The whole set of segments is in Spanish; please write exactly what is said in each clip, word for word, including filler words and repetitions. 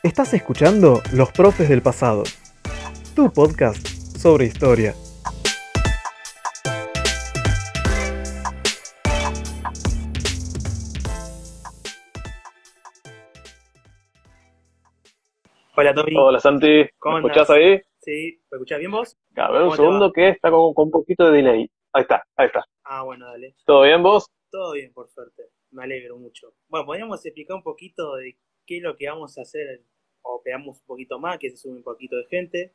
Estás escuchando Los Profes del Pasado, tu podcast sobre historia. Hola, Tommy. Hola, Santi. ¿Cómo ¿Me andás? escuchás ahí? Sí, ¿me escuchás bien vos? A ver, un ¿Cómo te va? segundo que está con, con un poquito de delay. Ahí está, ahí está. Ah, bueno, dale. ¿Todo bien vos? Todo bien, por suerte. Me alegro mucho. Bueno, podríamos explicar un poquito de qué es lo que vamos a hacer, o pegamos un poquito más, que se sube un poquito de gente.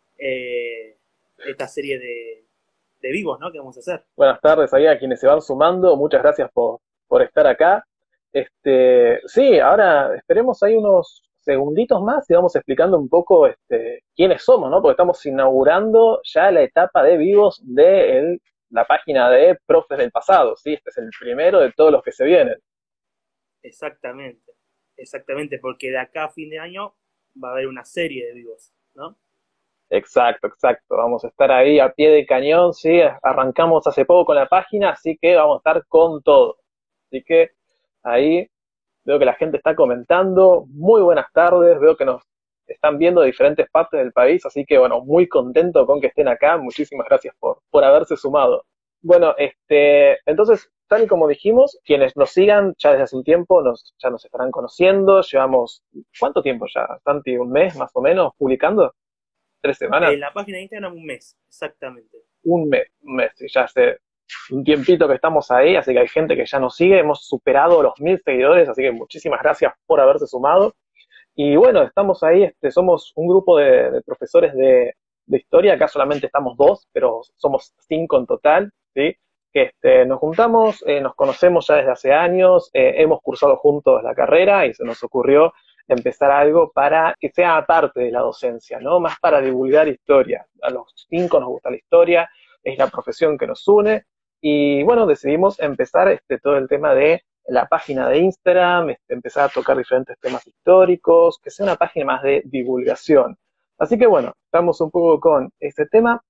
Eh, esta serie de, de vivos, ¿no? Que vamos a hacer. Buenas tardes ahí a quienes se van sumando. Muchas gracias por, por estar acá. Este, sí, ahora esperemos ahí unos segunditos más y vamos explicando un poco este, quiénes somos, ¿no? Porque estamos inaugurando ya la etapa de vivos de el- la página de Profes del Pasado, ¿sí? Este es el primero de todos los que se vienen. Exactamente. Exactamente, porque de acá a fin de año va a haber una serie de vivos, ¿no? Exacto, exacto. Vamos a estar ahí a pie de cañón, sí. Arrancamos hace poco con la página, así que vamos a estar con todo. Así que ahí veo que la gente está comentando. Muy buenas tardes. Veo que nos están viendo de diferentes partes del país, así que bueno, muy contento con que estén acá. Muchísimas gracias por, por haberse sumado. Bueno, este, entonces, tal y como dijimos, quienes nos sigan ya desde hace un tiempo nos, ya nos estarán conociendo. Llevamos, ¿cuánto tiempo ya, Santi? ¿Un mes más o menos publicando? ¿Tres semanas? En la página de Instagram un mes, exactamente. Un mes, un mes, y ya hace un tiempito que estamos ahí, así que hay gente que ya nos sigue, hemos superado los mil seguidores, así que muchísimas gracias por haberse sumado. Y bueno, estamos ahí, este, somos un grupo de, de profesores de, de historia, acá solamente estamos dos, pero somos cinco en total, ¿sí? Que este, nos juntamos, eh, nos conocemos ya desde hace años, eh, hemos cursado juntos la carrera y se nos ocurrió empezar algo para que sea aparte de la docencia, ¿no? Más para divulgar historia. A los cinco nos gusta la historia, es la profesión que nos une, y bueno, decidimos empezar este, todo el tema de la página de Instagram, este, empezar a tocar diferentes temas históricos, que sea una página más de divulgación. Así que bueno, estamos un poco con este tema.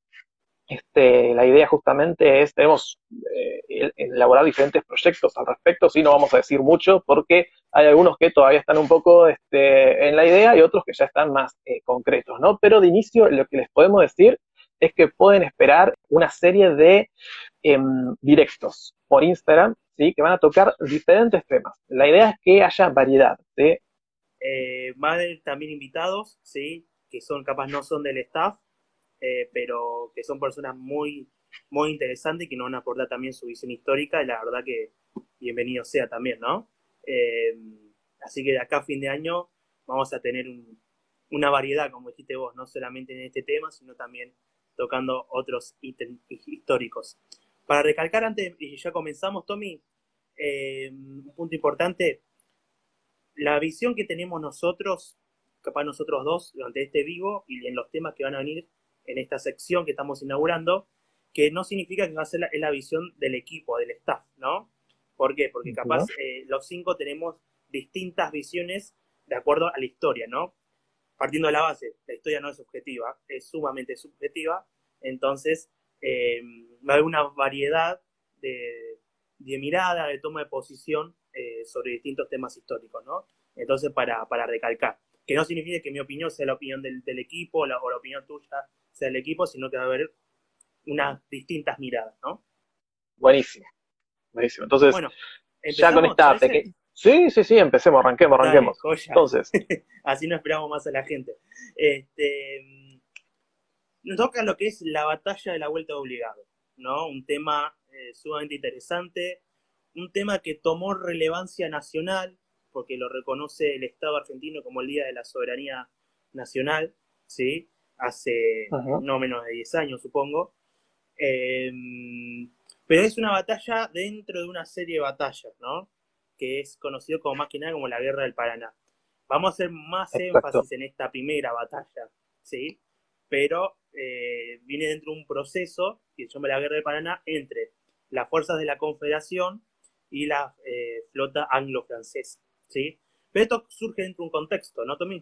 Este, la idea justamente es, tenemos eh, elaborar diferentes proyectos al respecto, sí, no vamos a decir mucho porque hay algunos que todavía están un poco este, en la idea y otros que ya están más eh, concretos, ¿no? Pero de inicio lo que les podemos decir es que pueden esperar una serie de eh, directos por Instagram, ¿sí? Que van a tocar diferentes temas. La idea es que haya variedad, ¿sí? Eh, va a haber también invitados, ¿sí? Que son, capaz no son del staff, eh, pero que son personas muy, muy interesantes y que nos van a aportar también su visión histórica y la verdad que bienvenido sea también, ¿no? Eh, así que de acá a fin de año vamos a tener un, una variedad, como dijiste vos, no solamente en este tema, sino también tocando otros ítems históricos. Para recalcar antes, y ya comenzamos, Tommy, eh, un punto importante, la visión que tenemos nosotros, capaz nosotros dos, durante este vivo y en los temas que van a venir en esta sección que estamos inaugurando, que no significa que va a ser la, es la visión del equipo, del staff, ¿no? ¿Por qué? Porque capaz ¿No? eh, los cinco tenemos distintas visiones de acuerdo a la historia, ¿no? Partiendo de la base, la historia no es objetiva, es sumamente subjetiva, entonces eh, va a haber una variedad de, de mirada, de toma de posición eh, sobre distintos temas históricos, ¿no? Entonces, para, para recalcar, que no significa que mi opinión sea la opinión del, del equipo la, o la opinión tuya sea del equipo, sino que va a haber unas distintas miradas, ¿no? Buenísimo, buenísimo. Entonces, Bueno, ya con ¿empezamos? ¿Te esta parece? pequeña... Sí, sí, sí, empecemos, arranquemos, Dale, arranquemos. joya. Entonces, Así no esperamos más a la gente. Este, nos toca lo que es la batalla de la vuelta de obligado, ¿no? Un tema eh, sumamente interesante, un tema que tomó relevancia nacional, porque lo reconoce el Estado argentino como el Día de la Soberanía Nacional, ¿sí? Hace uh-huh. no menos de diez años, supongo. Eh, pero es una batalla dentro de una serie de batallas, ¿no? Que es conocido como más que nada como la Guerra del Paraná. Vamos a hacer más Exacto. énfasis en esta primera batalla, ¿sí? Pero eh, viene dentro de un proceso que se llama la Guerra del Paraná entre las fuerzas de la Confederación y la eh, flota anglo-francesa, ¿sí? Pero esto surge dentro de un contexto, ¿no, Tommy?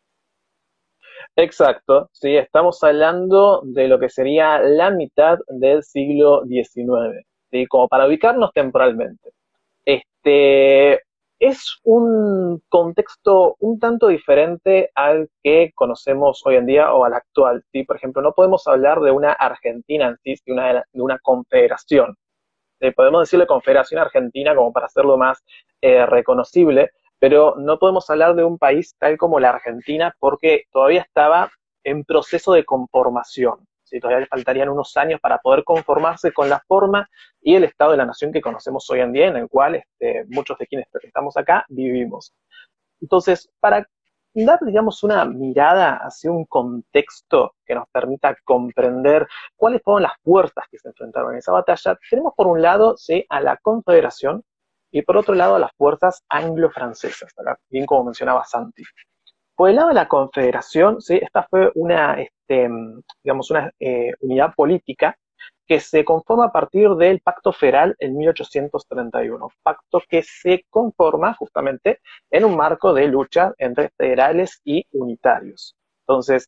Exacto, sí, estamos hablando de lo que sería la mitad del siglo diecinueve, ¿sí? Como para ubicarnos temporalmente. Este, es un contexto un tanto diferente al que conocemos hoy en día o al actual, ¿sí? Por ejemplo, no podemos hablar de una Argentina en sí, de una, de una confederación. Eh, podemos decirle Confederación Argentina como para hacerlo más eh, reconocible, pero no podemos hablar de un país tal como la Argentina porque todavía estaba en proceso de conformación. ¿Sí? Todavía le faltarían unos años para poder conformarse con la forma y el estado de la nación que conocemos hoy en día, en el cual este, muchos de quienes estamos acá vivimos. Entonces, para dar, digamos, una mirada hacia un contexto que nos permita comprender cuáles fueron las fuerzas que se enfrentaron en esa batalla, tenemos por un lado, ¿sí?, a la Confederación y por otro lado a las fuerzas anglo-francesas, ¿verdad? Bien como mencionaba Santi. Por el lado de la Confederación, ¿sí?, esta fue una, este, digamos, una eh, unidad política que se conforma a partir del Pacto Federal en mil ochocientos treinta y uno, pacto que se conforma justamente en un marco de lucha entre federales y unitarios. Entonces,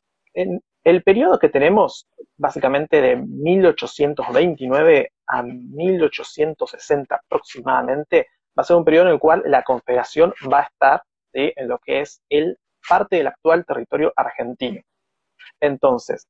en el periodo que tenemos, básicamente de mil ochocientos veintinueve a mil ochocientos sesenta aproximadamente, va a ser un periodo en el cual la Confederación va a estar, ¿sí?, en lo que es el parte del actual territorio argentino. Entonces,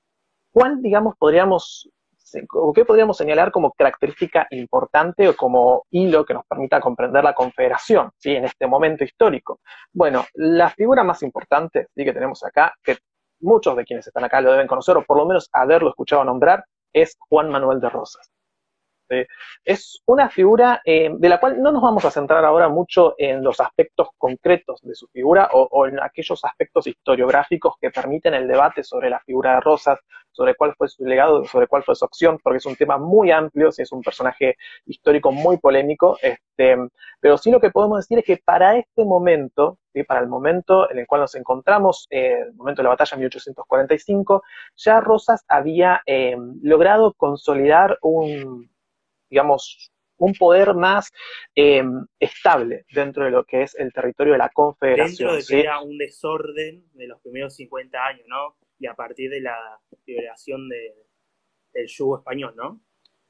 ¿cuál, digamos, podríamos, o qué podríamos señalar como característica importante o como hilo que nos permita comprender la Confederación, ¿sí?, en este momento histórico? Bueno, la figura más importante, ¿sí?, que tenemos acá, que muchos de quienes están acá lo deben conocer, o por lo menos haberlo escuchado nombrar, es Juan Manuel de Rosas. ¿Sí? Es una figura eh, de la cual no nos vamos a centrar ahora mucho en los aspectos concretos de su figura o, o en aquellos aspectos historiográficos que permiten el debate sobre la figura de Rosas, sobre cuál fue su legado, sobre cuál fue su acción, porque es un tema muy amplio, sí, es un personaje histórico muy polémico, este, pero sí lo que podemos decir es que para este momento, ¿sí?, para el momento en el cual nos encontramos, eh, el momento de la batalla de mil ochocientos cuarenta y cinco, ya Rosas había eh, logrado consolidar un, digamos, un poder más eh, estable dentro de lo que es el territorio de la Confederación. Dentro de que ¿sí? era un desorden de los primeros cincuenta años, ¿no? Y a partir de la liberación de, del yugo español, ¿no?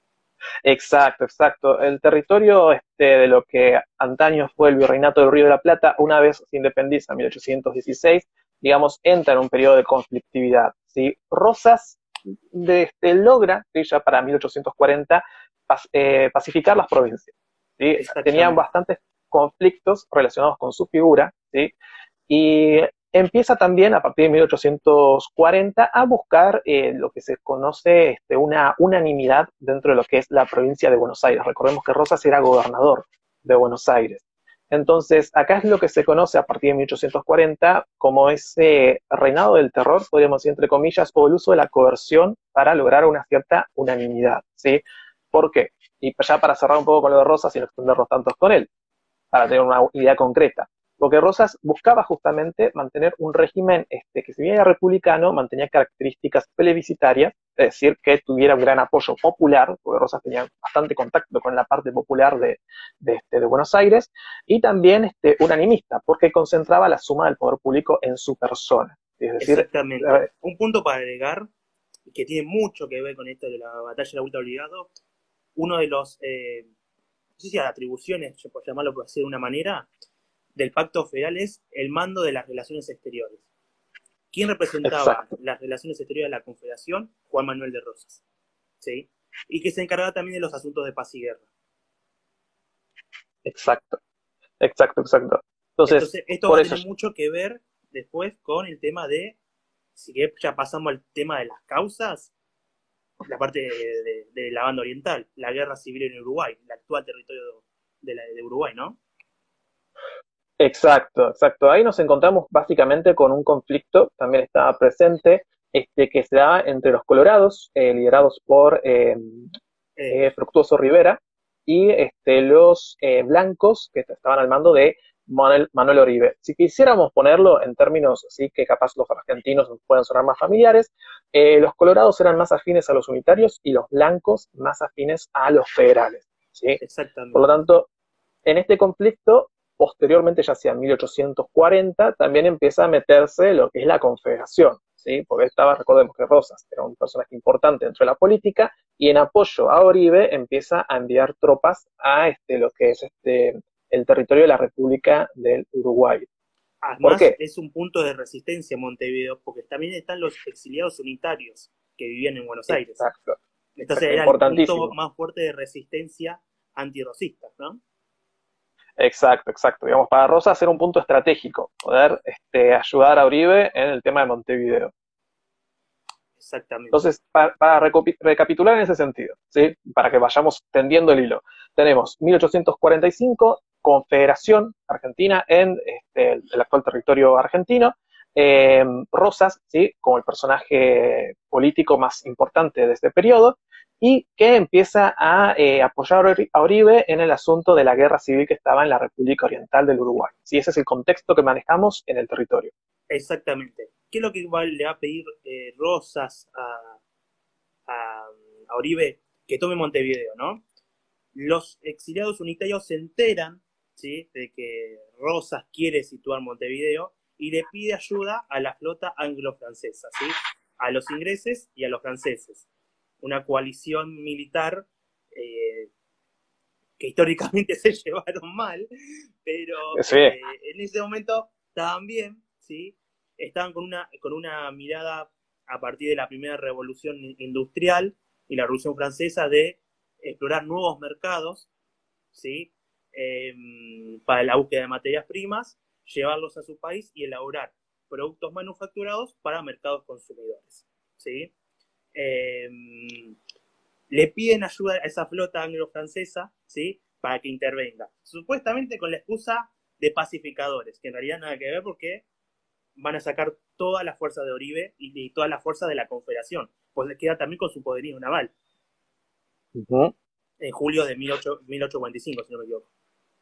Exacto, exacto. El territorio este, de lo que antaño fue el Virreinato del Río de la Plata, una vez se independiza en mil ochocientos dieciséis, digamos, entra en un periodo de conflictividad. ¿Sí? Rosas de, este, logra, ¿sí?, ya para mil ochocientos cuarenta, pas, eh, pacificar las provincias. ¿Sí? Tenían bastantes conflictos relacionados con su figura, ¿sí? Y empieza también a partir de mil ochocientos cuarenta a buscar eh, lo que se conoce este, una unanimidad dentro de lo que es la provincia de Buenos Aires. Recordemos que Rosas era gobernador de Buenos Aires. Entonces, acá es lo que se conoce a partir de mil ochocientos cuarenta como ese reinado del terror, podríamos decir entre comillas, o el uso de la coerción para lograr una cierta unanimidad, ¿sí? ¿Por qué? Y ya para cerrar un poco con lo de Rosas y no extendernos tantos con él, para tener una idea concreta. Porque Rosas buscaba justamente mantener un régimen este, que si bien era republicano, mantenía características plebiscitarias, es decir, que tuviera un gran apoyo popular, porque Rosas tenía bastante contacto con la parte popular de, de, este, de Buenos Aires, y también este, unanimista, porque concentraba la suma del poder público en su persona. Es decir, exactamente. Eh, un punto para agregar, que tiene mucho que ver con esto de la batalla de la Vuelta Obligado, uno de los, eh, no sé si atribuciones, por llamarlo por decir de una manera, del Pacto Federal es el mando de las relaciones exteriores. ¿Quién representaba Exacto. las relaciones exteriores de la Confederación? Juan Manuel de Rosas. ¿Sí? Y que se encargaba también de los asuntos de paz y guerra. Exacto, exacto, exacto. Entonces, Entonces esto va a tener mucho que ver después con el tema de, si ya pasamos al tema de las causas, la parte de, de, de la banda oriental, la guerra civil en Uruguay, el actual territorio de, la, de Uruguay, ¿no? Exacto, exacto. Ahí nos encontramos básicamente con un conflicto, también estaba presente, este, que se da entre los colorados, eh, liderados por eh, eh. Eh, Fructuoso Rivera, y este, los eh, blancos, que estaban al mando de Manuel, Manuel Oribe. Si quisiéramos ponerlo en términos, sí, que capaz los argentinos nos pueden sonar más familiares, eh, los colorados eran más afines a los unitarios y los blancos más afines a los federales. ¿Sí? Exactamente. Por lo tanto, en este conflicto, posteriormente, ya sea en mil ochocientos cuarenta, también empieza a meterse lo que es la Confederación, ¿sí? Porque estaba, recordemos que Rosas era un personaje importante dentro de la política, y en apoyo a Oribe empieza a enviar tropas a este, lo que es este, el territorio de la República del Uruguay. ¿Por Además, qué? es un punto de resistencia Montevideo, porque también están los exiliados unitarios que vivían en Buenos Aires. Exacto, Entonces exacto, era el punto importantísimo. más fuerte de resistencia antirrocista, ¿no? Exacto, exacto. Digamos, para Rosas era un punto estratégico, poder este, ayudar a Uribe en el tema de Montevideo. Exactamente. Entonces, para, para recapi- recapitular en ese sentido, ¿sí? Para que vayamos tendiendo el hilo, tenemos mil ochocientos cuarenta y cinco, Confederación Argentina en este, el actual territorio argentino, eh, Rosas, ¿sí? Como el personaje político más importante de este periodo, y que empieza a eh, apoyar a Uribe en el asunto de la guerra civil que estaba en la República Oriental del Uruguay. ¿Sí? Ese es el contexto que manejamos en el territorio. Exactamente. ¿Qué es lo que va- le va a pedir eh, Rosas a, a, a Uribe? Que tome Montevideo, ¿no? Los exiliados unitarios se enteran, ¿sí?, de que Rosas quiere situar Montevideo y le pide ayuda a la flota anglo-francesa, ¿sí? A los ingleses y a los franceses. Una coalición militar eh, que históricamente se llevaron mal, pero Sí, eh, en ese momento también, ¿sí?, estaban con una, con una mirada a partir de la primera revolución industrial y la revolución francesa de explorar nuevos mercados, ¿sí?, eh, para la búsqueda de materias primas, llevarlos a su país y elaborar productos manufacturados para mercados consumidores, ¿sí? Eh, le piden ayuda a esa flota anglo-francesa, ¿sí?, para que intervenga. Supuestamente con la excusa de pacificadores, que en realidad nada que ver porque van a sacar toda la fuerza de Uribe y, y toda la fuerza de la Confederación, pues les queda también con su poderío naval, uh-huh. en julio de mil ochocientos cuarenta y cinco, si no me equivoco.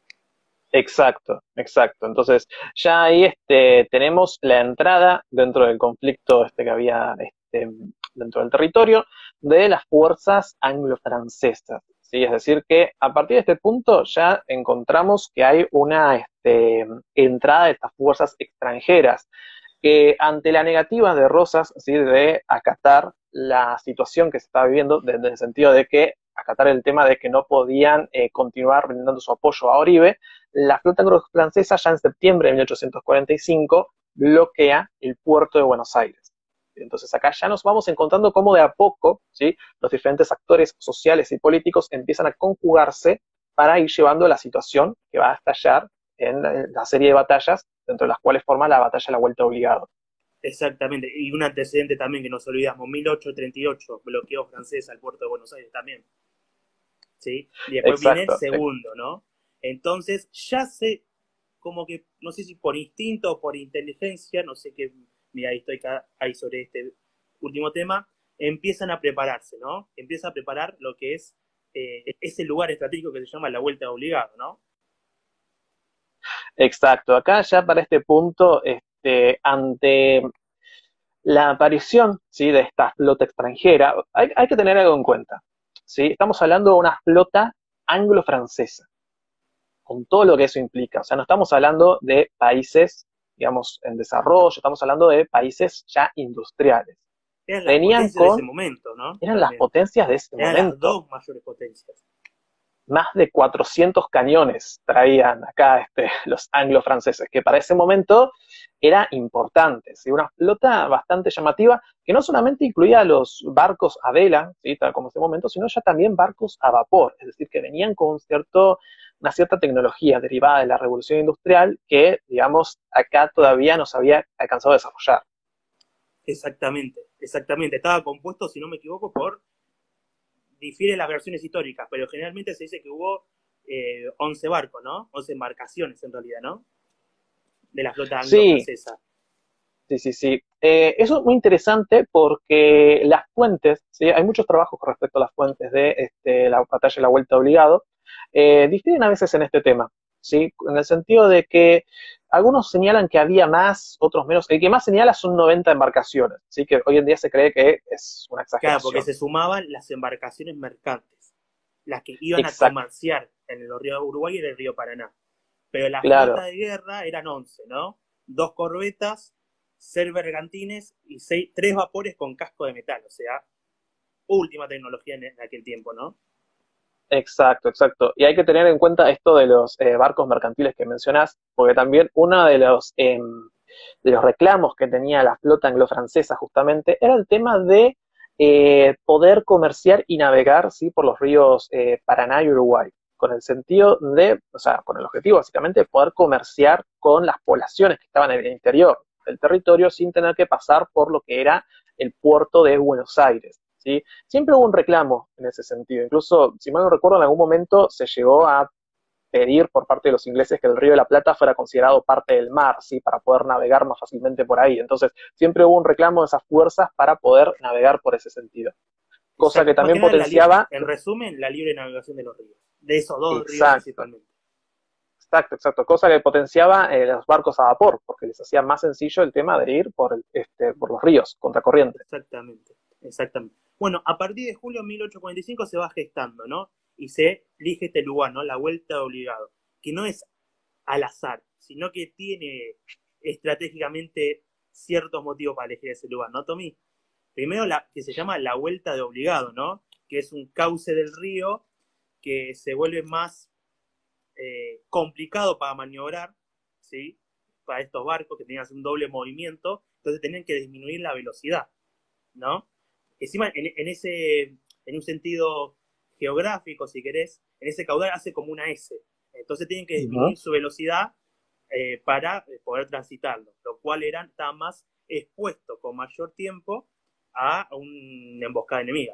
Exacto, exacto. Entonces, ya ahí este, tenemos la entrada dentro del conflicto este que había este, dentro del territorio de las fuerzas anglo-francesas. ¿Sí? Es decir, que a partir de este punto ya encontramos que hay una este, entrada de estas fuerzas extranjeras que ante la negativa de Rosas, ¿sí?, de acatar la situación que se estaba viviendo, en el sentido de que acatar el tema de que no podían eh, continuar brindando su apoyo a Uribe, la flota anglo-francesa ya en septiembre de mil ochocientos cuarenta y cinco bloquea el puerto de Buenos Aires. Entonces acá ya nos vamos encontrando cómo de a poco, ¿sí?, los diferentes actores sociales y políticos empiezan a conjugarse para ir llevando la situación que va a estallar en la serie de batallas, dentro de las cuales forma la batalla de la Vuelta Obligado. Exactamente, y un antecedente también que nos olvidamos, mil ochocientos treinta y ocho, bloqueo francés al puerto de Buenos Aires también, ¿sí? Y después viene el Exacto. segundo, ¿no? Entonces ya sé, como que, no sé si por instinto o por inteligencia, no sé qué mira, ahí estoy acá, ahí sobre este último tema, empiezan a prepararse, ¿no? Empiezan a preparar lo que es eh, ese lugar estratégico que se llama la Vuelta Obligado, ¿no? Exacto. Acá ya para este punto, este, ante la aparición, ¿sí?, de esta flota extranjera, hay, hay que tener algo en cuenta, ¿sí? Estamos hablando de una flota anglo-francesa, con todo lo que eso implica. O sea, no estamos hablando de países, digamos, en desarrollo, estamos hablando de países ya industriales. Eran las Venían potencias de ese con, momento, ¿no? eran las También. potencias de ese Eran las momento. dos mayores potencias. Más de cuatrocientos cañones traían acá este, los anglo-franceses, que para ese momento era importante, ¿sí? Una flota bastante llamativa que no solamente incluía los barcos a vela, ¿sí?, tal como en ese momento, sino ya también barcos a vapor, es decir, que venían con un cierto, una cierta tecnología derivada de la revolución industrial que, digamos, acá todavía no se había alcanzado a desarrollar. Exactamente, exactamente. Estaba compuesto, si no me equivoco, por, difiere las versiones históricas, pero generalmente se dice que hubo eh, once barcos, ¿no? once embarcaciones en realidad, ¿no? De la flota Sí, anglo-francesa. sí, sí, sí. Eh, eso es muy interesante porque las fuentes, ¿sí?, hay muchos trabajos con respecto a las fuentes de este, la batalla de la Vuelta Obligado, eh, difieren a veces en este tema, ¿sí?, en el sentido de que algunos señalan que había más, otros menos. El que más señala son noventa embarcaciones, ¿sí?, que hoy en día se cree que es una Claro, porque exageración. se sumaban las embarcaciones mercantes, las que iban a Exacto, comerciar en el río Uruguay y en el río Paraná. Pero la flota claro. de guerra eran once, ¿no? Dos corbetas, seis bergantines y seis, tres vapores con casco de metal, o sea, última tecnología en, en aquel tiempo, ¿no? Exacto, exacto. Y hay que tener en cuenta esto de los eh, barcos mercantiles que mencionás, porque también uno de los, eh, de los reclamos que tenía la flota anglo-francesa justamente era el tema de eh, poder comerciar y navegar, ¿sí?, por los ríos eh, Paraná y Uruguay, con el sentido de, o sea, con el objetivo básicamente de poder comerciar con las poblaciones que estaban en el interior del territorio sin tener que pasar por lo que era el puerto de Buenos Aires. ¿Sí? Siempre hubo un reclamo en ese sentido. Incluso, si mal no recuerdo, en algún momento se llegó a pedir por parte de los ingleses que el Río de la Plata fuera considerado parte del mar, ¿sí?, para poder navegar más fácilmente por ahí. Entonces, siempre hubo un reclamo de esas fuerzas para poder navegar por ese sentido. Cosa que Exacto. Más que también nada, la li- potenciaba. en resumen, la libre navegación de los ríos. De esos dos ríos Exacto, principalmente. exacto, exacto. Cosa que potenciaba eh, los barcos a vapor, porque les hacía más sencillo el tema de ir por, el, este, por los ríos, contracorriente. Exactamente, exactamente. Bueno, a partir de julio de mil ochocientos cuarenta y cinco se va gestando, ¿no? Y se elige este lugar, ¿no? La vuelta de obligado, que no es al azar, sino que tiene estratégicamente ciertos motivos para elegir ese lugar, ¿no, Tommy? Primero, la, que se llama la vuelta de obligado, ¿no? Que es un cauce del río que se vuelve más eh, complicado para maniobrar, ¿sí? Para estos barcos que tenían que hacer un doble movimiento, entonces tenían que disminuir la velocidad, ¿no? Encima, en, en ese, en un sentido geográfico, si querés, en ese caudal hace como una S. Entonces tienen que Uh-huh. disminuir su velocidad eh, para poder transitarlo, lo cual eran, estaban más expuestos con mayor tiempo a una emboscada enemiga.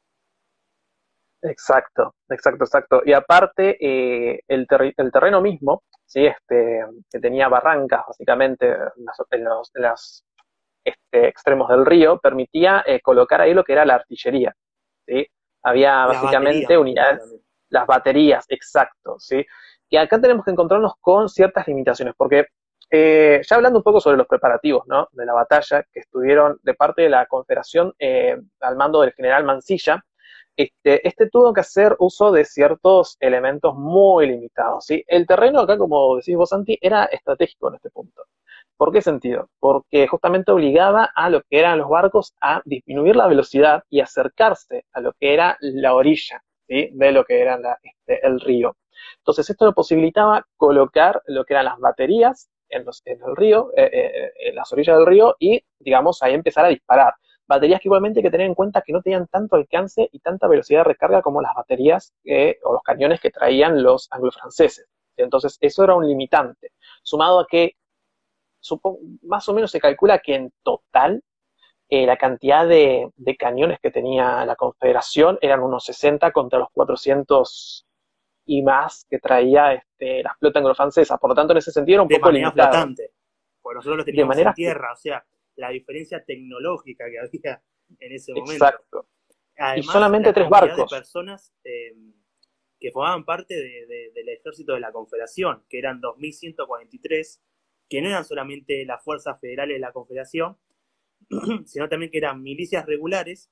Exacto, exacto, exacto. Y aparte, eh, el, terri- el terreno mismo, ¿sí?, este, que tenía barrancas básicamente en, las- en los, en las, este, extremos del río, permitía eh, colocar ahí lo que era la artillería, ¿sí? Había Las baterías, básicamente más que nada unidades, también. las baterías, exacto, ¿sí? Y acá tenemos que encontrarnos con ciertas limitaciones, porque eh, ya hablando un poco sobre los preparativos, ¿no?, de la batalla que estuvieron de parte de la Confederación eh, al mando del general Mansilla, este, este tuvo que hacer uso de ciertos elementos muy limitados, ¿sí? El terreno acá, como decís vos, Santi, era estratégico en este punto. ¿Por qué sentido? Porque justamente obligaba a lo que eran los barcos a disminuir la velocidad y acercarse a lo que era la orilla, ¿sí?, de lo que era la, este, el río. Entonces esto lo posibilitaba colocar lo que eran las baterías en, los, en el río, eh, eh, en las orillas del río y, digamos, ahí empezar a disparar. Baterías que igualmente hay que tener en cuenta que no tenían tanto alcance y tanta velocidad de recarga como las baterías eh, o los cañones que traían los anglo-franceses. Entonces eso era un limitante. Sumado a que supongo, más o menos se calcula que en total eh, la cantidad de, de cañones que tenía la Confederación eran unos sesenta contra los cuatrocientos y más que traía este, la flota anglo-francesa. Por lo tanto, en ese sentido era un De poco manera limitado. flotante, porque nosotros lo De teníamos en manera tierra, o sea, la diferencia tecnológica que había en ese momento. exacto. Y Además, solamente la tres cantidad de barcos. personas eh, que formaban parte de, de, del ejército de la Confederación, que eran dos mil ciento cuarenta y tres, que no eran solamente las fuerzas federales de la Confederación, sino también que eran milicias regulares,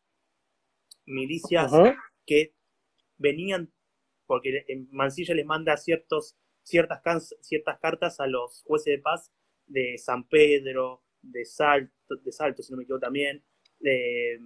milicias Uh-huh. que venían, porque Mansilla les manda ciertos, ciertas, ciertas cartas a los jueces de paz de San Pedro, de Salto, de Salto si no me equivoco también, de,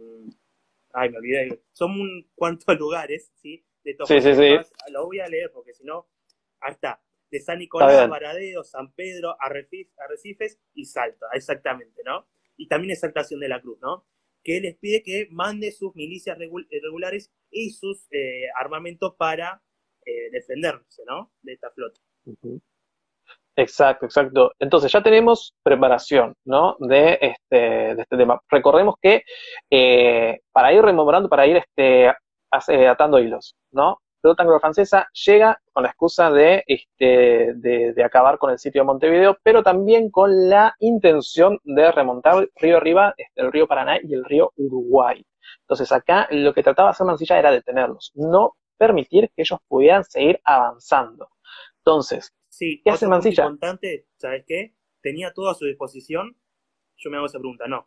ay, me olvidé, son un cuantos lugares, ¿sí? De estos Sí, sí, jueces de sí. paz, lo voy a leer porque si no, ahí está, de San Está Nicolás, bien. Varadero, San Pedro, Arrecifes y Salto, exactamente, ¿no? Y también Exaltación de la Cruz, ¿no? Que les pide que mande sus milicias regulares y sus eh, armamentos para eh, defenderse, ¿no? De esta flota. Uh-huh. Exacto, exacto. Entonces ya tenemos preparación, ¿no?, de este, de este tema. Recordemos que eh, para ir rememorando, para ir este, hace, atando hilos, ¿no? La flota anglo-francesa llega con la excusa de, este, de, de acabar con el sitio de Montevideo, pero también con la intención de remontar río arriba, este, el río Paraná y el río Uruguay. Entonces acá lo que trataba de hacer Mansilla era detenerlos, no permitir que ellos pudieran seguir avanzando. Entonces, Sí, ¿qué hace otro punto Mansilla? importante, ¿sabes qué? Tenía todo a su disposición. Yo me hago esa pregunta, no.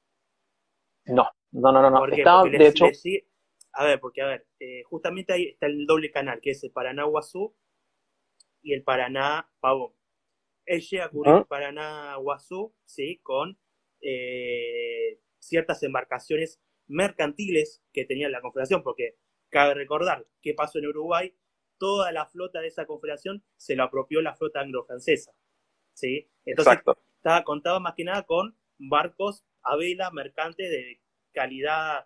No, no, no, no, no. ¿Por qué? Estaba, Porque de les, hecho, les sigue. A ver, porque a ver, eh, justamente ahí está el doble canal, que es el Paraná-Guazú y el Paraná-Pavón. Él llega a cubrir ¿mm? el Paraná-Guazú, ¿sí? Con eh, ciertas embarcaciones mercantiles que tenía la Confederación, porque Cabe recordar qué pasó en Uruguay, toda la flota de esa confederación se lo apropió la flota anglo-francesa, ¿sí? Entonces, Exacto. estaba contado más que nada con barcos a vela, mercantes de calidad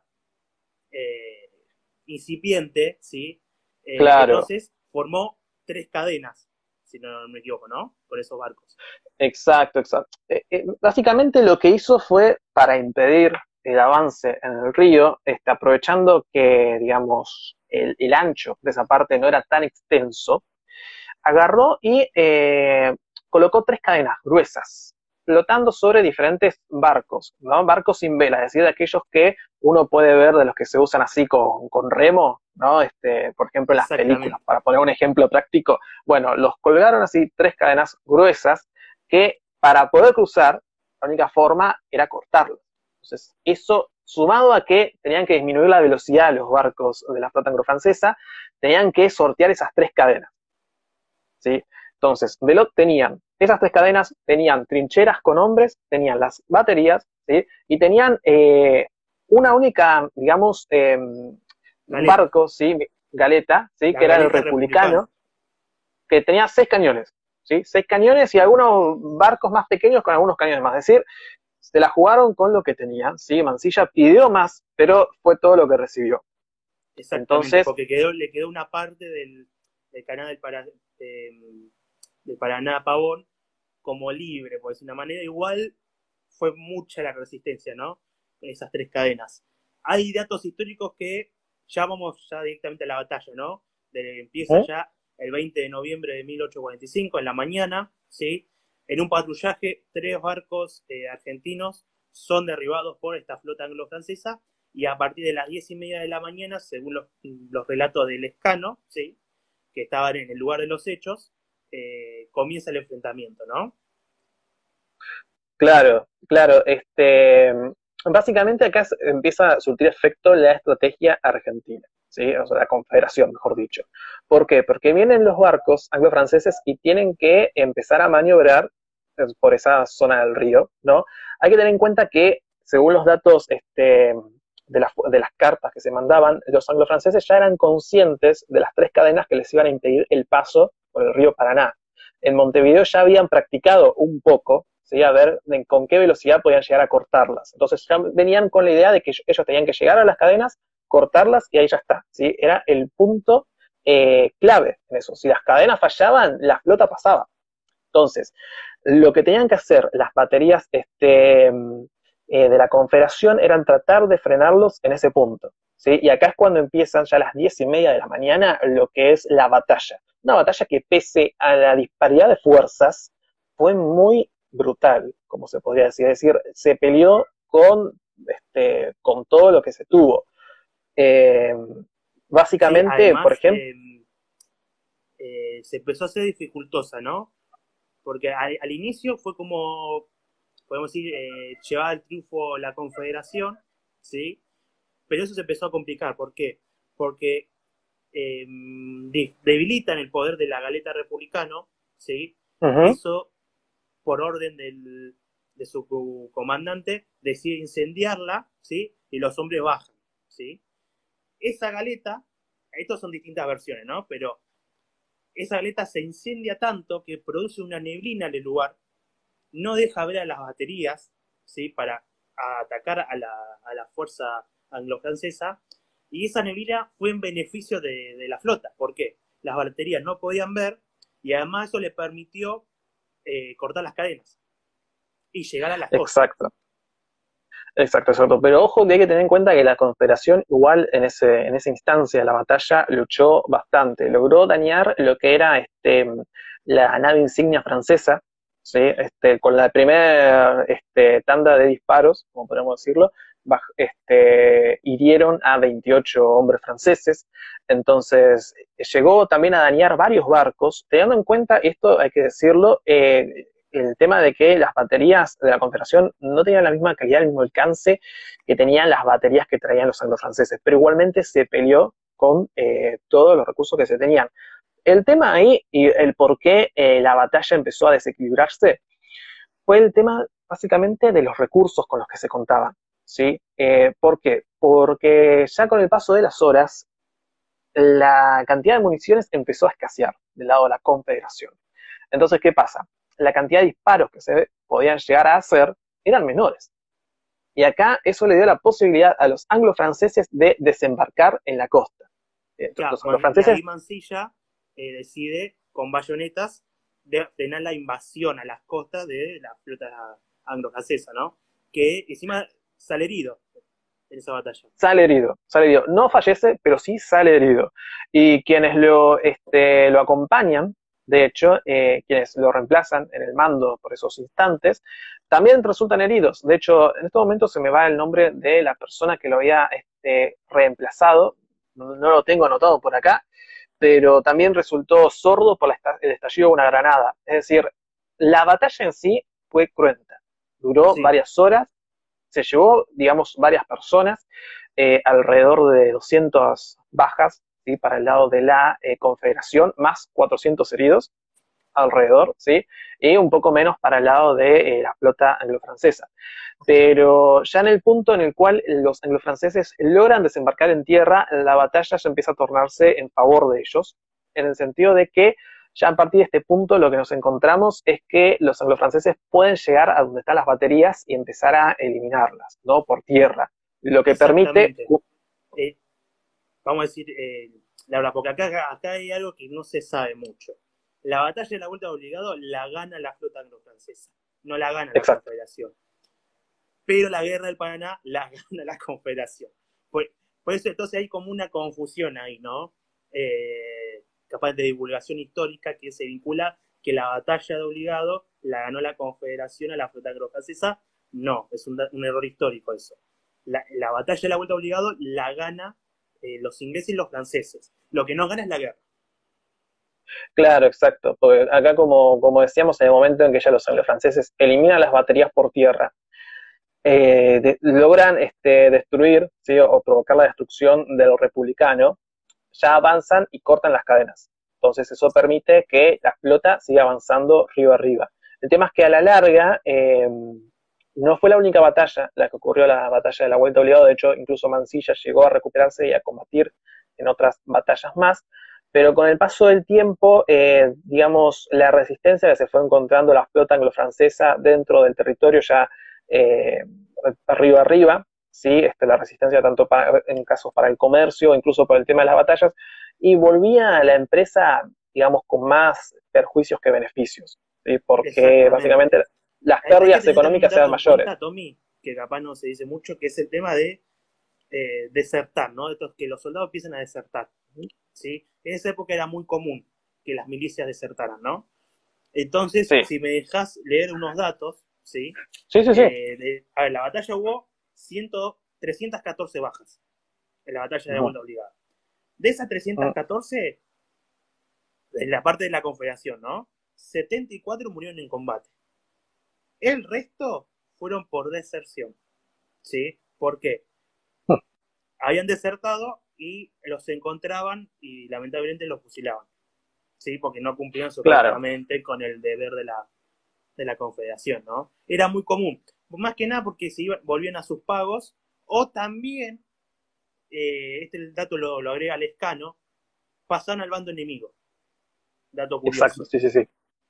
eh, incipiente, ¿sí? Eh, Claro, entonces, formó tres cadenas, si no me equivoco, ¿no? Con esos barcos. exacto, exacto. Eh, eh, básicamente lo que hizo fue para impedir el avance en el río, este, aprovechando que, digamos, el, el ancho de esa parte no era tan extenso, agarró y eh, colocó tres cadenas gruesas, flotando sobre diferentes barcos, ¿no? Barcos sin vela, es decir, de aquellos que uno puede ver de los que se usan así con, con remo, ¿no? Este, por ejemplo, en las películas, Exactamente. para poner un ejemplo práctico. Bueno, los colgaron así tres cadenas gruesas que para poder cruzar, la única forma era cortarlas. Entonces, eso sumado a que tenían que disminuir la velocidad de los barcos de la flota anglo-francesa, tenían que sortear esas tres cadenas. ¿Sí? Entonces, Velot tenían, esas tres cadenas tenían trincheras con hombres, tenían las baterías, ¿sí? Y tenían eh, una única, digamos, eh, Galeta. barco, ¿sí? Galeta, ¿sí? La Que era el galeta republicana. republicano, que tenía seis cañones, ¿sí? Seis cañones y algunos barcos más pequeños con algunos cañones más. Es decir, se la jugaron con lo que tenían, ¿sí? Mansilla pidió más, pero fue todo lo que recibió. Exactamente, Entonces, porque quedó, le quedó una parte del, del canal del, para, eh, del Paraná Pavón como libre, por decir una manera. Igual fue mucha la resistencia, ¿no? En esas tres cadenas. Hay datos históricos que ya vamos ya directamente a la batalla, ¿no? De, empieza ¿eh? ya el veinte de noviembre de mil ochocientos cuarenta y cinco, en la mañana, ¿sí? En un patrullaje, tres barcos eh, argentinos son derribados por esta flota anglo-francesa y a partir de las diez y media de la mañana, según los, los relatos del Escano, ¿sí? Que estaban en el lugar de los hechos, eh, comienza el enfrentamiento, ¿no? Claro, claro. Este, básicamente acá se- empieza a surtir efecto la estrategia argentina, ¿sí? O sea, la confederación, mejor dicho. ¿Por qué? Porque vienen los barcos anglo-franceses y tienen que empezar a maniobrar eh, por esa zona del río, ¿no? Hay que tener en cuenta que, según los datos este, de, las, de las cartas que se mandaban, los anglo-franceses ya eran conscientes de las tres cadenas que les iban a impedir el paso por el río Paraná. En Montevideo ya habían practicado un poco, ¿sí? A ver de, con qué velocidad podían llegar a cortarlas. Entonces ya venían con la idea de que ellos tenían que llegar a las cadenas, cortarlas y ahí ya está, ¿sí? Era el punto eh, clave en eso. Si las cadenas fallaban, la flota pasaba. Entonces, lo que tenían que hacer las baterías este, eh, de la Confederación eran tratar de frenarlos en ese punto, ¿sí? Y acá es cuando empiezan ya a las diez y media de la mañana lo que es la batalla. Una batalla que pese a la disparidad de fuerzas fue muy brutal, como se podría decir. Es decir, se peleó con, este, con todo lo que se tuvo. Eh, Sí, básicamente, por además ejemplo, eh, eh, se empezó a hacer dificultosa, ¿no? Porque al, al inicio fue como, podemos decir, eh, llevaba al triunfo la Confederación, ¿sí? Pero eso se empezó a complicar. ¿Por qué? Porque eh, debilitan el poder de la galeta republicano, ¿sí? uh -huh, Eso, por orden del, de su comandante, decide incendiarla, ¿sí? Y los hombres bajan, ¿sí? Esa galeta, estas son distintas versiones, ¿no? Pero esa galeta se incendia tanto que produce una neblina en el lugar, no deja ver a las baterías, ¿sí? Para atacar a la, a la fuerza anglo-francesa, y esa neblina fue en beneficio de, de la flota. ¿Por qué? Las baterías no podían ver, y además eso le permitió eh, cortar las cadenas y llegar a las costas. exacto. Exacto, exacto. Pero ojo que hay que tener en cuenta que la Confederación igual en ese, en esa instancia de la batalla luchó bastante. Logró dañar lo que era este, la nave insignia francesa, ¿sí? Este, con la primera este, tanda de disparos, como podemos decirlo, baj, este, hirieron a veintiocho hombres franceses. Entonces llegó también a dañar varios barcos. Teniendo en cuenta esto, hay que decirlo, eh, el tema de que las baterías de la Confederación no tenían la misma calidad, el mismo alcance que tenían las baterías que traían los anglo-franceses, pero igualmente se peleó con eh, todos los recursos que se tenían. El tema ahí y el por qué eh, la batalla empezó a desequilibrarse fue el tema básicamente de los recursos con los que se contaban, ¿sí? Eh, ¿por qué? Porque ya con el paso de las horas, la cantidad de municiones empezó a escasear del lado de la Confederación. Entonces, ¿qué pasa? La cantidad de disparos que se podían llegar a hacer eran menores. Y acá eso le dio la posibilidad a los anglo-franceses de desembarcar en la costa. Entonces, Claro, los Man- y anglo-franceses, ahí Mansilla eh, decide con bayonetas de frenar la invasión a las costas de la flota anglo-francesa, ¿no? Que encima sale herido en esa batalla. sale herido, sale herido. No fallece, pero sí sale herido. Y quienes lo, este, lo acompañan, de hecho, eh, quienes lo reemplazan en el mando por esos instantes, también resultan heridos. De hecho, en este momento se me va el nombre de la persona que lo había este, reemplazado. No, no lo tengo anotado por acá, pero también resultó sordo por la esta- el estallido de una granada. Es decir, la batalla en sí fue cruenta. Duró Sí, varias horas, se llevó, digamos, varias personas, eh, alrededor de doscientas bajas, ¿sí? Para el lado de la eh, Confederación, más cuatrocientos heridos alrededor, ¿sí? Y un poco menos para el lado de eh, la flota anglo-francesa. Pero ya en el punto en el cual los anglo-franceses logran desembarcar en tierra, la batalla ya empieza a tornarse en favor de ellos, en el sentido de que ya a partir de este punto lo que nos encontramos es que los anglo-franceses pueden llegar a donde están las baterías y empezar a eliminarlas, ¿no? Por tierra, lo que permite... exactamente. Eh, vamos a decir, eh, la verdad, porque acá, acá hay algo que no se sabe mucho. La batalla de la vuelta de obligado la gana la flota anglo-francesa, no la gana la Exacto. Confederación. Pero la guerra del Paraná la gana la Confederación. Por, por eso entonces hay como una confusión ahí, ¿no? Eh, capaz de divulgación histórica que se vincula que la batalla de obligado la ganó la Confederación a la flota anglo-francesa. No, es un, un error histórico eso. La, la batalla de la vuelta de obligado la gana eh, los ingleses y los franceses. Lo que no gana es la guerra. Claro, exacto. Porque acá, como, como decíamos, en el momento en que ya los anglo-franceses eliminan las baterías por tierra, eh, de, logran este, destruir, ¿sí? O provocar la destrucción del republicano, ya avanzan y cortan las cadenas. Entonces eso permite que la flota siga avanzando río arriba. El tema es que a la larga eh, no fue la única batalla la que ocurrió, la batalla de la Vuelta Obligado. De hecho, incluso Mansilla llegó a recuperarse y a combatir en otras batallas más. Pero con el paso del tiempo, eh, digamos, la resistencia que se fue encontrando la flota anglo-francesa dentro del territorio ya eh, arriba arriba, ¿sí? Este, la resistencia tanto para, en casos para el comercio, incluso por el tema de las batallas, y volvía a la empresa, digamos, con más perjuicios que beneficios, ¿sí? Porque Exactamente. básicamente las Hay, hay que pérdidas tener también un económicas eran dato en mayores. cuenta, Tommy, que capaz no se dice mucho, que es el tema de eh, desertar, ¿no? Entonces, que los soldados empiezan a desertar, ¿sí? En esa época era muy común que las milicias desertaran, ¿no? Entonces, Sí, si me dejas leer unos datos, ¿sí? sí, sí, sí. Eh, de, a ver, la batalla hubo cien, trescientas catorce bajas en la batalla de la Uh-huh. vuelta obligada. De esas trescientas catorce, en la parte de la Confederación, ¿no? setenta y cuatro murieron en combate. El resto fueron por deserción, ¿sí? ¿Por qué? Uh-huh. Habían desertado y los encontraban y lamentablemente los fusilaban, ¿sí? Porque no cumplían Claro, supuestamente con el deber de la, de la Confederación, ¿no? Era muy común, más que nada porque se iban, volvían a sus pagos o también, eh, este dato lo, lo agrega Lescano, pasaron al bando enemigo, dato exacto, curioso. sí, sí, sí.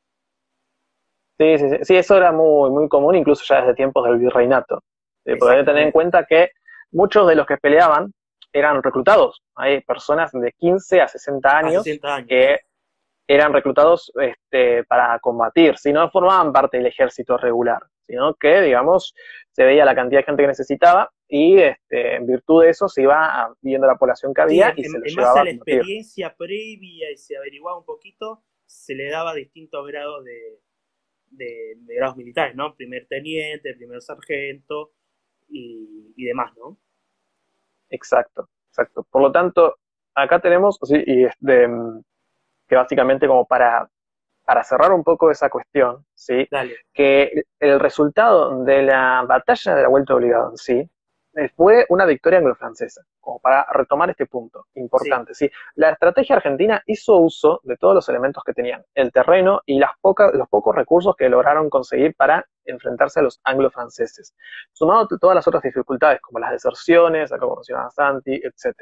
Sí, sí, sí, sí, eso era muy, muy común, incluso ya desde tiempos del virreinato. Eh, porque hay que tener en Exactamente, cuenta que muchos de los que peleaban eran reclutados. Hay personas de quince a sesenta a años sesenta años. que eran reclutados este, para combatir, si no formaban parte del ejército regular, sino que, digamos, se veía la cantidad de gente que necesitaba y este, en virtud de eso se iba viendo la población que Sí, había en, y se los en base llevaba a a la combatir. experiencia previa y se averiguaba un poquito, se le daba distintos grados de, de, de grados militares, ¿no? Primer teniente, primer sargento y, y demás, ¿no? Exacto, exacto. Por lo tanto, acá tenemos, sí, y este, que básicamente como para, para cerrar un poco esa cuestión, ¿sí? Dale. Que el resultado de la batalla de la Vuelta Obligada en sí eh, fue una victoria anglo-francesa, como para retomar este punto Sí, importante, ¿sí? La estrategia argentina hizo uso de todos los elementos que tenían, el terreno y las pocas, los pocos recursos que lograron conseguir para enfrentarse a los anglo-franceses, sumado a todas las otras dificultades, como las deserciones, la como mencionaba Santi, etcétera.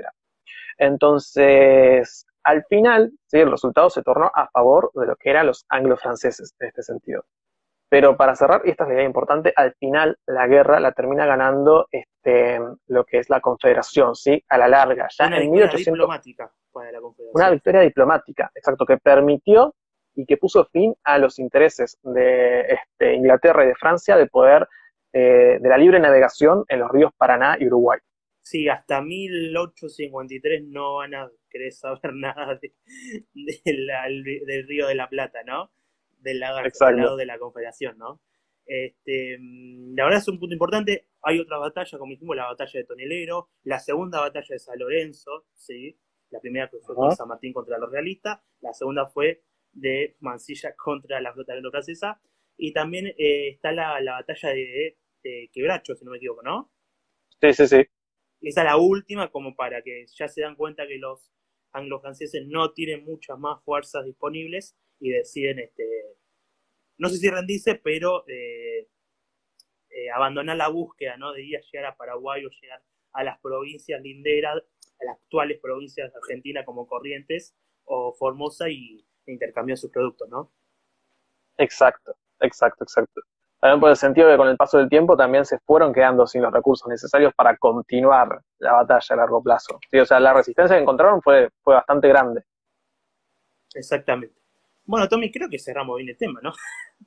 Entonces, al final, ¿sí? El resultado se tornó a favor de lo que eran los anglo-franceses en este sentido. Pero para cerrar, y esta es la idea importante, al final la guerra la termina ganando este, lo que es la Confederación, ¿sí? A la larga, ya Una en victoria mil ochocientos... diplomática para la Una Confederación. victoria diplomática, exacto, que permitió y que puso fin a los intereses de este, Inglaterra y de Francia de poder, eh, de la libre navegación en los ríos Paraná y Uruguay. Sí, hasta mil ochocientos cincuenta y tres no van a querer saber nada de, de la- del Río de la Plata, ¿no? Del lado, del Exacto. lado de la Confederación, ¿no? Este, mm, la verdad es un punto importante. Hay otra batalla, como dijimos, la batalla de Tonelero, la segunda batalla de San Lorenzo, ¿sí? La primera que fue con Ajá. San Martín contra los realistas, la segunda fue de Mansilla contra la flota francesa, y también eh, está la, la batalla de, de Quebracho, si no me equivoco, ¿no? Sí, sí, sí. Esa es la última, como para que ya se dan cuenta que los anglo-franceses no tienen muchas más fuerzas disponibles y deciden, este, no sé si rendirse, pero eh, eh, abandonar la búsqueda, ¿no? De ir a llegar a Paraguay o llegar a las provincias linderas, a las actuales provincias de Argentina como Corrientes o Formosa y e intercambiar sus productos, ¿no? Exacto, exacto, exacto. También por el sentido de que con el paso del tiempo también se fueron quedando sin los recursos necesarios para continuar la batalla a largo plazo. Sí, o sea, la resistencia que encontraron fue, fue bastante grande. Exactamente. Bueno, Tommy, creo que cerramos bien el tema, ¿no?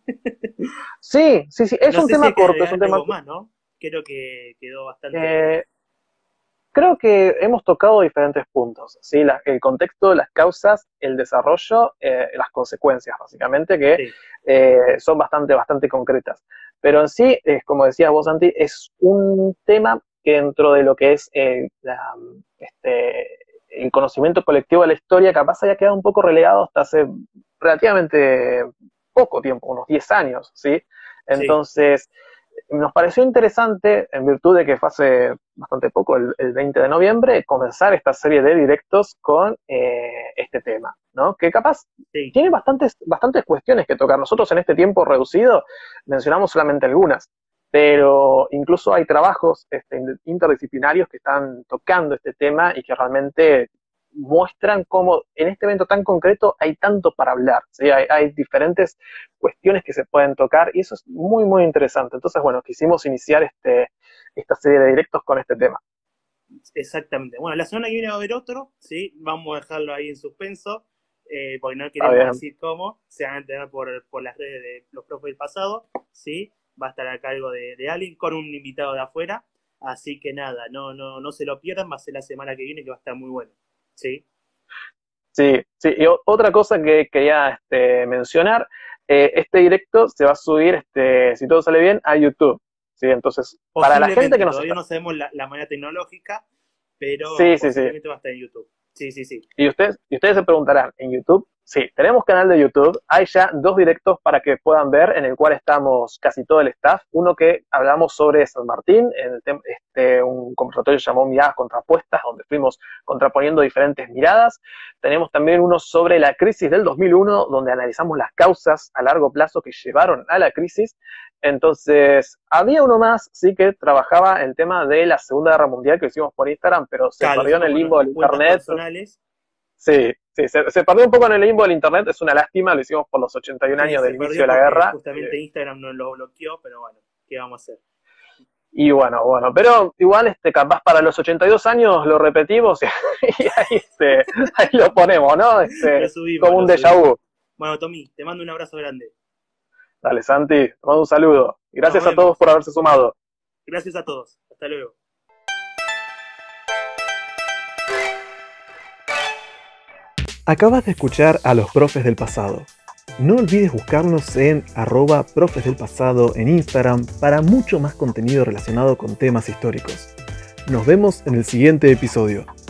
Sí, sí, sí, es No un sé si tema hay que corto, es agregar un tema... algo más, ¿no? Creo que quedó bastante... Eh, creo que hemos tocado diferentes puntos, ¿sí? La- el contexto, las causas, el desarrollo, eh, las consecuencias, básicamente, que Sí, eh, son bastante, bastante concretas. Pero en sí, es como decías vos, Santi, es un tema que dentro de lo que es eh, la, este, el conocimiento colectivo de la historia, capaz haya quedado un poco relegado hasta hace relativamente poco tiempo, unos diez años, ¿sí? sí. Entonces, nos pareció interesante, en virtud de que fue hace bastante poco, el, el veinte de noviembre, comenzar esta serie de directos con eh, este tema, ¿no? Que capaz Sí, tiene bastantes, bastantes cuestiones que tocar. Nosotros en este tiempo reducido mencionamos solamente algunas, pero incluso hay trabajos este, interdisciplinarios que están tocando este tema y que realmente muestran cómo en este evento tan concreto hay tanto para hablar, ¿sí? Hay, hay diferentes cuestiones que se pueden tocar y eso es muy, muy interesante. Entonces, bueno, quisimos iniciar este, esta serie de directos con este tema. exactamente. Bueno, la semana que viene va a haber otro, ¿sí? Vamos a dejarlo ahí en suspenso, eh, porque no Está queremos bien. decir cómo. Se van a enterar por, por las redes de los profes del pasado, ¿sí? Va a estar a cargo de, de alguien con un invitado de afuera. Así que nada, no, no, no se lo pierdan, va a ser la semana que viene que va a estar muy bueno, ¿sí? Sí, sí. Y o- otra cosa que quería este, mencionar, eh, este directo se va a subir, este, si todo sale bien, a YouTube. ¿Sí? Entonces, para la gente que Posiblemente, nos todavía está... no sabemos la, la manera tecnológica, pero Sí, sí, sí. posiblemente va a estar en YouTube. Sí, sí, sí. Y ustedes, y ustedes se preguntarán, ¿en YouTube? Sí, tenemos canal de YouTube. Hay ya dos directos para que puedan ver, en el cual estamos casi todo el staff. Uno que hablamos sobre San Martín, en el tem- este, un conversatorio llamado Miradas Contrapuestas, donde fuimos contraponiendo diferentes miradas. Tenemos también uno sobre la crisis del dos mil uno, donde analizamos las causas a largo plazo que llevaron a la crisis. Entonces, había uno más, sí, que trabajaba el tema de la Segunda Guerra Mundial, que hicimos por Instagram, pero se Claro, lo perdió en hicimos el con limbo del nuestras cuentas internet. personales. Sí, sí, se, se perdió un poco en el limbo del internet, es una lástima, lo hicimos por los ochenta y un Sí, años se del inicio perdió de la porque guerra. justamente eh, Instagram nos lo bloqueó, pero bueno, ¿qué vamos a hacer? y bueno, bueno, pero igual este, capaz para los ochenta y dos años lo repetimos y, y ahí, este, ahí lo ponemos, ¿no? Lo Este, subimos, como lo un déjà subimos. vu. Bueno, Tommy, te mando un abrazo grande. Dale, Santi, te mando un saludo. Y Nos gracias a todos vemos. por haberse sumado. Gracias a todos. Hasta luego. Acabas de escuchar a los profes del pasado. No olvides buscarnos en arroba profes del pasado en Instagram para mucho más contenido relacionado con temas históricos. Nos vemos en el siguiente episodio.